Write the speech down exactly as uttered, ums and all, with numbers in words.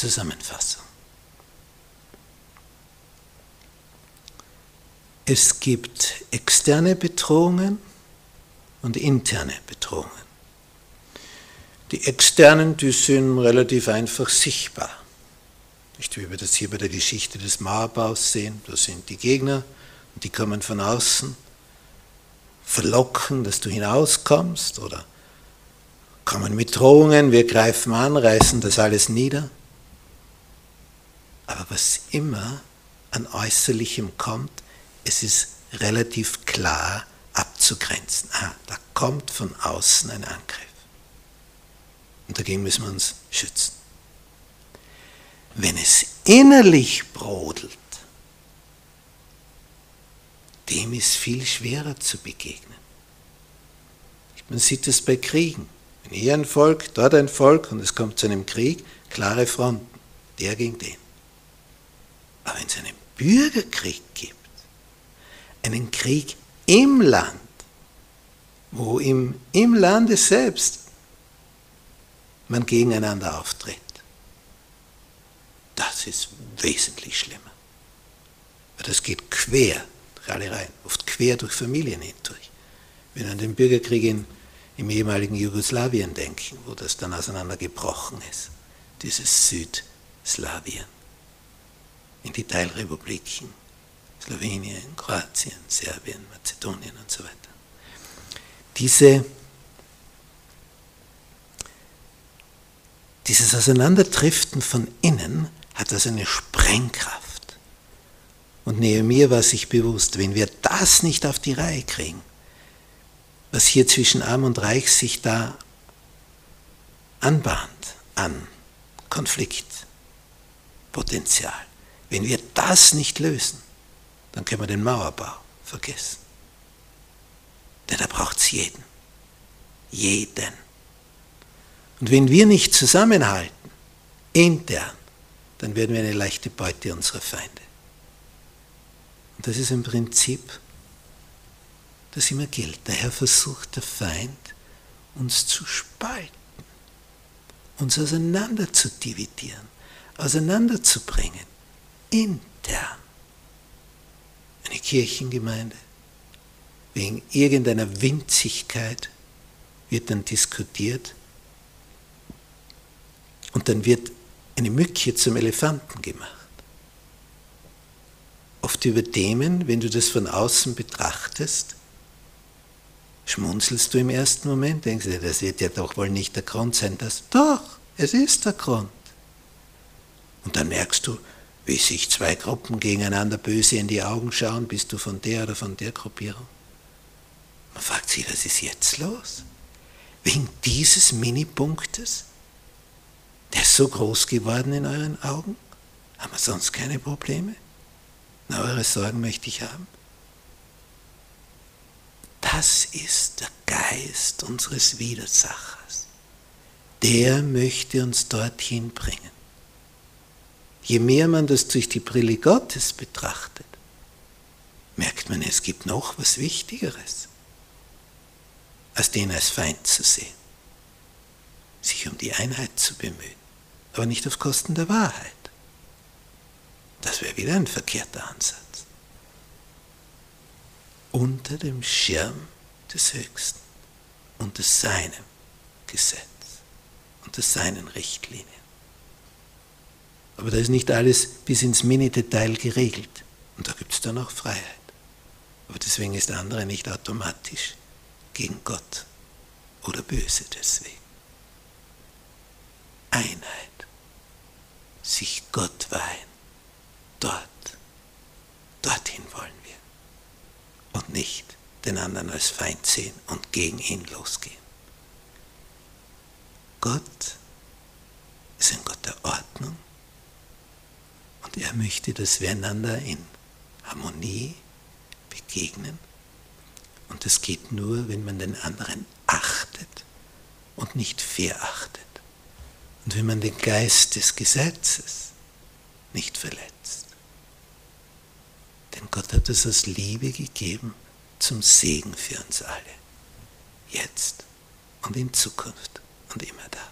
Zusammenfassung. Es gibt externe Bedrohungen und interne Bedrohungen. Die externen, die sind relativ einfach sichtbar. Nicht wie wir das hier bei der Geschichte des Mauerbaus sehen. Da sind die Gegner und die kommen von außen, verlocken, dass du hinauskommst oder kommen mit Drohungen, wir greifen an, reißen das alles nieder. Aber was immer an Äußerlichem kommt, es ist relativ klar abzugrenzen. Ah, da kommt von außen ein Angriff. Und dagegen müssen wir uns schützen. Wenn es innerlich brodelt, dem ist viel schwerer zu begegnen. Man sieht es bei Kriegen. Wenn hier ein Volk, dort ein Volk und es kommt zu einem Krieg, klare Fronten, der gegen den. Aber wenn es einen Bürgerkrieg gibt, einen Krieg im Land, wo im, im Lande selbst man gegeneinander auftritt, das ist wesentlich schlimmer. Weil das geht quer durch alle Reihen, oft quer durch Familien hindurch. Wenn wir an den Bürgerkrieg in, im ehemaligen Jugoslawien denken, wo das dann auseinandergebrochen ist, dieses Südslawien, in die Teilrepubliken, Slowenien, Kroatien, Serbien, Mazedonien und so weiter. Diese, dieses Auseinanderdriften von innen hat also eine Sprengkraft. Und Nehemia war sich bewusst, wenn wir das nicht auf die Reihe kriegen, was hier zwischen Arm und Reich sich da anbahnt an Konfliktpotenzial, wenn wir das nicht lösen, dann können wir den Mauerbau vergessen. Denn da braucht es jeden. Jeden. Und wenn wir nicht zusammenhalten, intern, dann werden wir eine leichte Beute unserer Feinde. Und das ist ein Prinzip, das immer gilt. Daher versucht der Feind, uns zu spalten, uns auseinander zu dividieren, auseinanderzubringen, intern. Eine Kirchengemeinde, wegen irgendeiner Winzigkeit wird dann diskutiert und dann wird eine Mücke zum Elefanten gemacht. Oft über Themen, wenn du das von außen betrachtest, schmunzelst du im ersten Moment, denkst du, das wird ja doch wohl nicht der Grund sein, dass, doch, es ist der Grund. Und dann merkst du, wie sich zwei Gruppen gegeneinander böse in die Augen schauen, bist du von der oder von der Gruppierung. Man fragt sich, was ist jetzt los? Wegen dieses Minipunktes, der ist so groß geworden in euren Augen, haben wir sonst keine Probleme? Na, eure Sorgen möchte ich haben. Das ist der Geist unseres Widersachers. Der möchte uns dorthin bringen. Je mehr man das durch die Brille Gottes betrachtet, merkt man, es gibt noch was Wichtigeres, als den als Feind zu sehen. Sich um die Einheit zu bemühen, aber nicht auf Kosten der Wahrheit. Das wäre wieder ein verkehrter Ansatz. Unter dem Schirm des Höchsten, unter seinem Gesetz, unter seinen Richtlinien. Aber da ist nicht alles bis ins Mini-Detail geregelt. Und da gibt es dann auch Freiheit. Aber deswegen ist der andere nicht automatisch gegen Gott oder böse deswegen. Einheit, sich Gott weihen, dort, dorthin wollen wir. Und nicht den anderen als Feind sehen und gegen ihn losgehen. Gott ist ein Gott der Ordnung und er möchte, dass wir einander in Harmonie begegnen. Und das geht nur, wenn man den anderen achtet und nicht verachtet. Und wenn man den Geist des Gesetzes nicht verletzt. Denn Gott hat es aus Liebe gegeben zum Segen für uns alle. Jetzt und in Zukunft und immer da.